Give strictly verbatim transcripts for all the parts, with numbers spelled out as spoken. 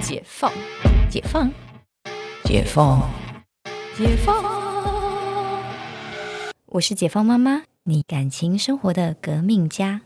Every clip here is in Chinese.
解放，解放，解放，解放。我是解放妈妈，你感情生活的革命家。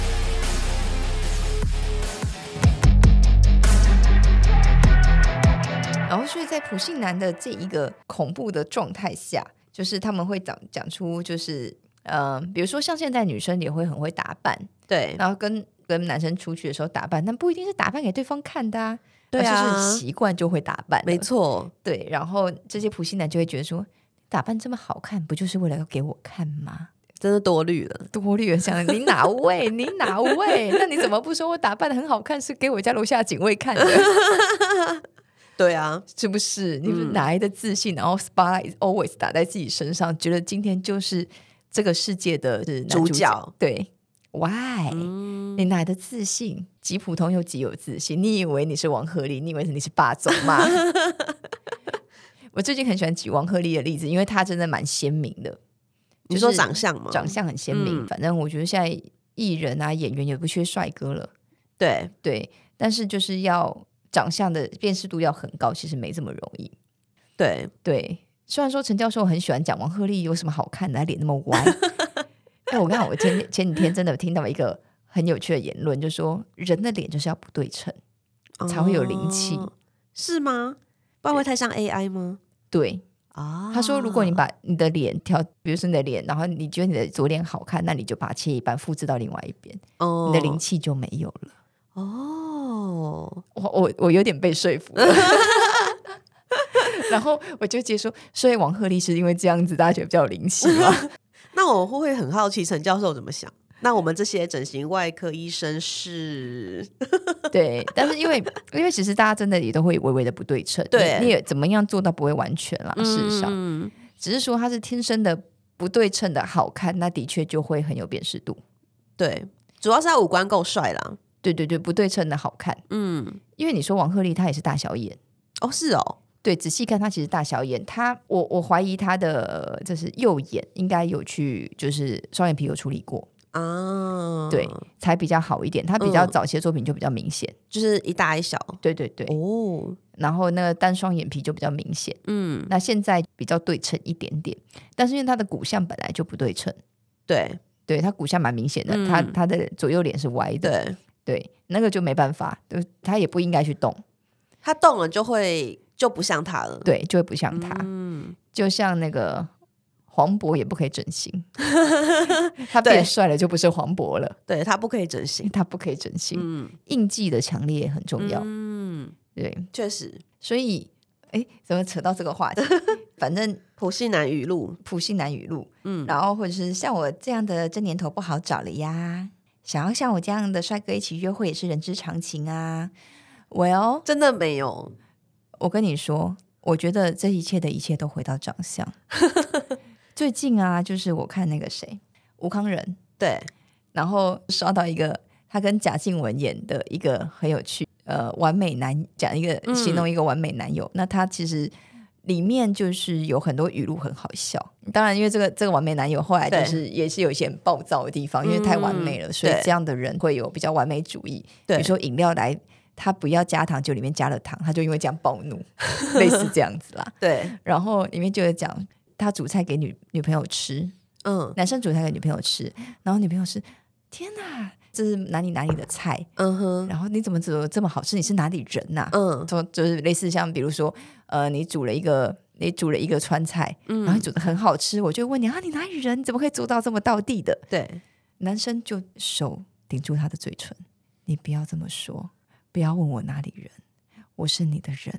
然后所以在普信男的这一个恐怖的状态下，就是他们会讲讲出就是呃，比如说像现在女生也会很会打扮， 对， 然后跟跟男生出去的时候打扮，但不一定是打扮给对方看的啊， 对啊， 就是习惯就会打扮， 没错， 对。然后这些普信男就会觉得说，打扮这么好看，不就是为了要给我看吗？ 真的多虑了， 多虑了，想你哪位？你哪位？那你怎么不说我打扮的很好看，是给我家楼下警卫看的？ 对啊， 是不是？你们哪来的自信？嗯、然后 spotlight always 打在自己身上，觉得今天就是这个世界的主角。 对 ，Why？、嗯、你哪来的自信？极普通又极有自信。你以为你是王鹤棣？你以为你是霸总吗？我最近很喜欢举王鹤棣的例子，因为他真的蛮鲜明的。 你说长相吗？ 长相很鲜明、嗯。反正我觉得现在艺人啊、演员也不缺帅哥了。 对对，但是就是要。长相的辨识度要很高，其实没这么容易。 对对，虽然说陈教授很喜欢讲王鹤棣有什么好看的，他脸那么歪。但我看我前前几天真的听到一个很有趣的言论，就说人的脸就是要不对称、哦、才会有灵气， 是吗？不然会太像 A I 吗？ 对啊，他说如果你把你的脸调，比如说你的脸，然后你觉得你的左脸好看，那你就把它切一半，复制到另外一边、哦、你的灵气就没有了。哦，我我我有点被说服了。然后我就接说，所以王鹤棣是因为这样子大家觉得比较有灵气吗？ 那我会很好奇陈教授怎么想。那我们这些整形外科医生是对，但是因为因为其实大家真的也都会微微的不对称，对， 你, 你也怎么样做到不会完全啦、嗯、事实上只是说他是天生的不对称的好看，那的确就会很有辨识度。对， 主要是他五官够帅啦。 对对对，不对称的好看。嗯，因为你说王鹤棣他也是大小眼哦，是哦， 对，仔细看他其实大小眼，他我我怀疑他的就是右眼应该有去就是双眼皮有处理过啊，对，才比较好一点。他比较早期的作品就比较明显、嗯， 就是一大一小， 对对对哦，然后那个单双眼皮就比较明显。嗯，那现在比较对称一点点，但是因为他的骨相本来就不对称， 对对，他骨相蛮明显的，嗯、他他的左右脸是歪的， 对。 对，那个就没办法，他也不应该去动， 他动了就会就不像他了， 对，就会不像他。嗯，就像那个黄渤也不可以整形，他变帅了就不是黄渤了， 对，他不可以整形， 他不可以整形，嗯，印记的强烈很重要，嗯，对， 确实， 所以，哎，怎么扯到这个话题？反正普信男语录， 普信男语录，嗯，然后或者是像我这样的这年头不好找了呀。想要像我这样的帅哥一起约会也是人之常情啊。Well， 真的没有。 我跟你说，我觉得这一切的一切都回到长相。最近啊，就是我看那个谁，吴慷仁， 对， 然后刷到一个他跟贾静雯演的一个很有趣，呃，完美男，讲一个形容一个完美男友。嗯、那他其实。里面就是有很多语录很好笑，当然因为这个这个完美男友后来就是也是有一些很暴躁的地方，因为太完美了、嗯、所以这样的人会有比较完美主义，比如说饮料来他不要加糖，就里面加了糖，他就因为这样暴怒类似这样子啦。对，然后里面就有讲他煮菜给女女朋友吃，嗯，男生煮菜给女朋友吃，然后女朋友是天哪这是哪里哪里的菜，嗯哼，然后你怎么煮得这么好吃？你是哪里人啊？嗯，就就是类似像比如说，呃，你煮了一个你煮了一个川菜，嗯，然后你煮得很好吃，我就问你啊，你哪里人？你怎么可以做到这么道地的？对，男生就手顶住他的嘴唇，你不要这么说，不要问我哪里人，我是你的人。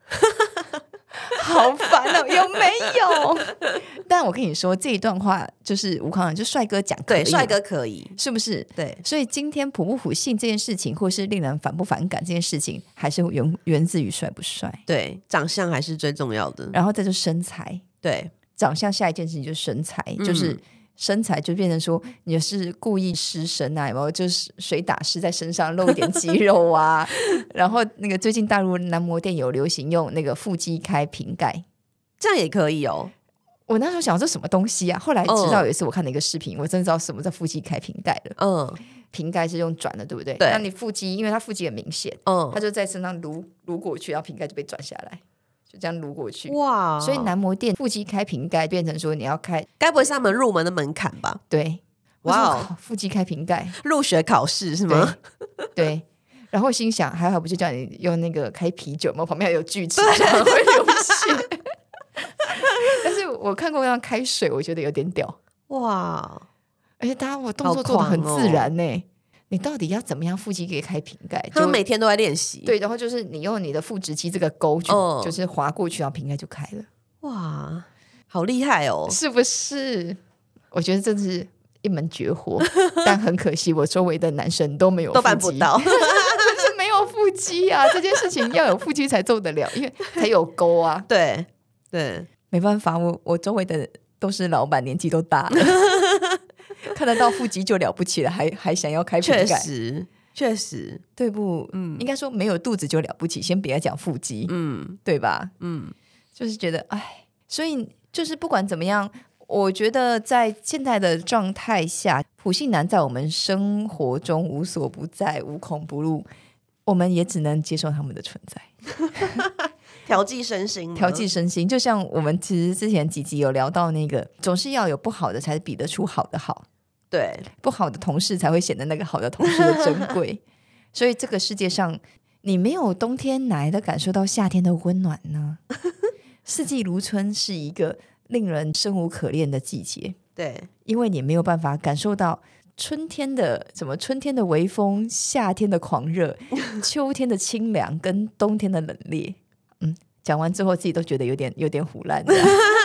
好烦哦，有没有？但我跟你说，这一段话就是吴慷仁，就帅哥讲可以， 对，帅哥可以， 是不是？ 对， 所以今天普不普信这件事情，或是令人反不反感这件事情，还是源源自于帅不帅。 对，长相还是最重要的。 然后再就身材， 对， 长相下一件事情就是身材，嗯、就是身材就变成说你是故意失身啊，有没有？就是水打湿在身上露一点肌肉啊。然后那个最近大陆男模店有流行用那个腹肌开瓶盖， 这样也可以哦。 我那时候想这什么东西啊，后来知道有一次我看了一个视频、嗯、我真的知道什么叫腹肌开瓶盖了。嗯， 瓶盖是用转的，对不对？ 对那你腹肌，因为它腹肌很明显， 嗯， 它就在身上撸撸过去，然后瓶盖就被转下来，就这样撸过去。 哇， 所以男模店腹肌开瓶盖变成说你要开， 该不会是他们入门的门槛吧？ 对， 哇哦我说靠腹肌开瓶盖， 入学考试是吗？ 对，对。然后心想，还好不是叫你用那个开啤酒吗？旁边还有锯齿，这样会流血。但是我看过让开水，我觉得有点屌哇！ 而且大家我动作做的很自然呢、欸。 哦、 你到底要怎么样腹肌可以开瓶盖？ 他们每天都在练习。 对，然后就是你用你的腹直肌这个钩去，哦、就是滑过去，然后瓶盖就开了。 哇，好厉害哦！ 是不是？我觉得这是一门绝活，但很可惜，我周围的男生都没有腹肌， 都办不到。 就是没有腹肌啊！这件事情要有腹肌才做得了，因为才有钩啊。 对对， 没办法，我我周围的都是老板，年纪都大了。看得到腹肌就了不起了，还还想要开瓶盖， 确实确实， 对不？嗯，应该说没有肚子就了不起，先别讲腹肌，嗯，对吧？嗯，就是觉得，哎，所以就是不管怎么样，我觉得在现在的状态下，普信男在我们生活中无所不在，无孔不入，我们也只能接受他们的存在。 调剂身心， 调剂身心，就像我们其实之前几集有聊到那个，总是要有不好的才比得出好的好。 对， 不好的同事才会显得那个好的同事的珍贵。所以这个世界上，你没有冬天哪来的感受到夏天的温暖呢？四季如春是一个令人生无可恋的季节。 对， 因为你没有办法感受到春天的什么，春天的微风，夏天的狂热，秋天的清凉，跟冬天的冷冽。嗯，讲完之后自己都觉得有点有点唬烂。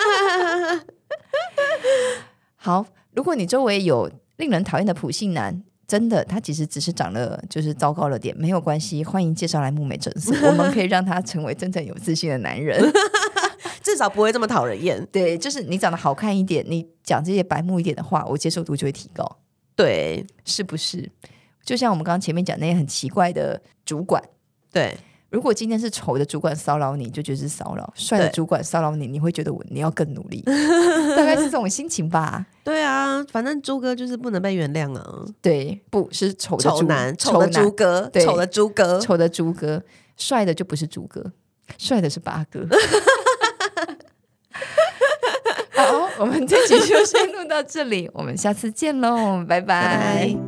好。如果你周围有令人讨厌的普信男，真的他其实只是长得就是糟糕了点，没有关系，欢迎介绍来木美诊所，我们可以让他成为真正有自信的男人。 至少不会这么讨人厌。 对，就是你长得好看一点，你讲这些白目一点的话，我接受度就会提高。 对， 是不是？就像我们刚刚前面讲那些很奇怪的主管， 对， 如果今天是丑的主管骚扰你，就觉得是骚扰；帅的主管骚扰你，你会觉得我你要更努力，大概是这种心情吧。 对啊，反正猪哥就是不能被原谅啊。 对，不是丑的丑男，丑的猪哥，丑的猪哥， 丑的猪哥，帅的就不是猪哥，帅的是八哥。好，我们这集就先录到这里，我们下次见喽，拜拜。拜拜。